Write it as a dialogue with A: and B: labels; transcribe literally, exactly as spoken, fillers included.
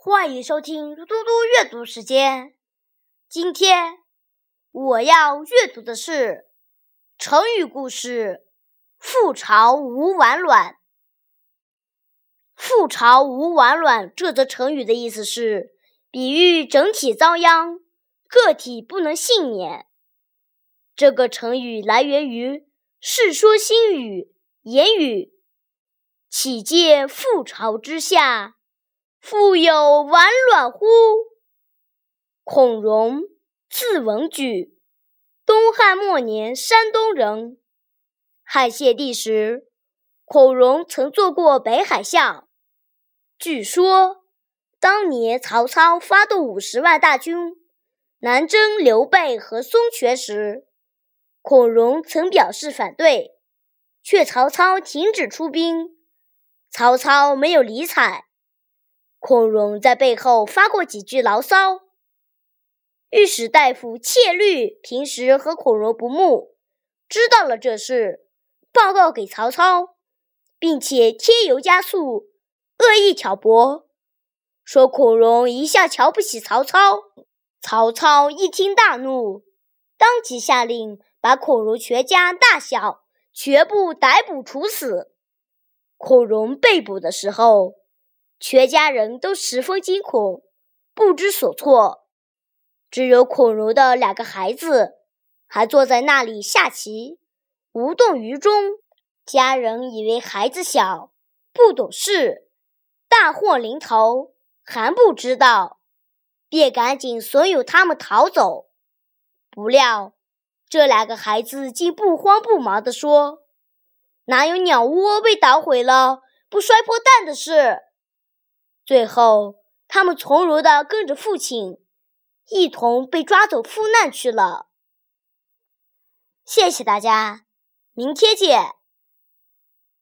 A: 欢迎收听嘟嘟阅读时间。今天我要阅读的是成语故事覆巢无完卵。覆巢无完卵这则成语的意思是比喻整体遭殃，个体不能幸免。这个成语来源于《世说新语·言语》，岂见覆巢之下，复有完卵乎？孔融，字文举，东汉末年山东人。汉献帝时，孔融曾做过北海相。据说，当年曹操发动五十万大军南征刘备和孙权时，孔融曾表示反对，劝曹操停止出兵。曹操没有理睬，孔融在背后发过几句牢骚。御史大夫怯律平时和孔融不睦，知道了这事，报告给曹操，并且添油加醋，恶意挑拨，说孔融一向瞧不起曹操。曹操一听大怒，当即下令把孔融全家大小全部逮捕处死。孔融被捕的时候，全家人都十分惊恐，不知所措，只有孔融的两个孩子还坐在那里下棋，无动于衷。家人以为孩子小，不懂事，大祸临头，还不知道，便赶紧怂恿他们逃走。不料这两个孩子竟不慌不忙地说，哪有鸟窝被捣毁了不摔破蛋的事？最后他们从容地跟着父亲一同被抓走赴难去了。谢谢大家，明天见。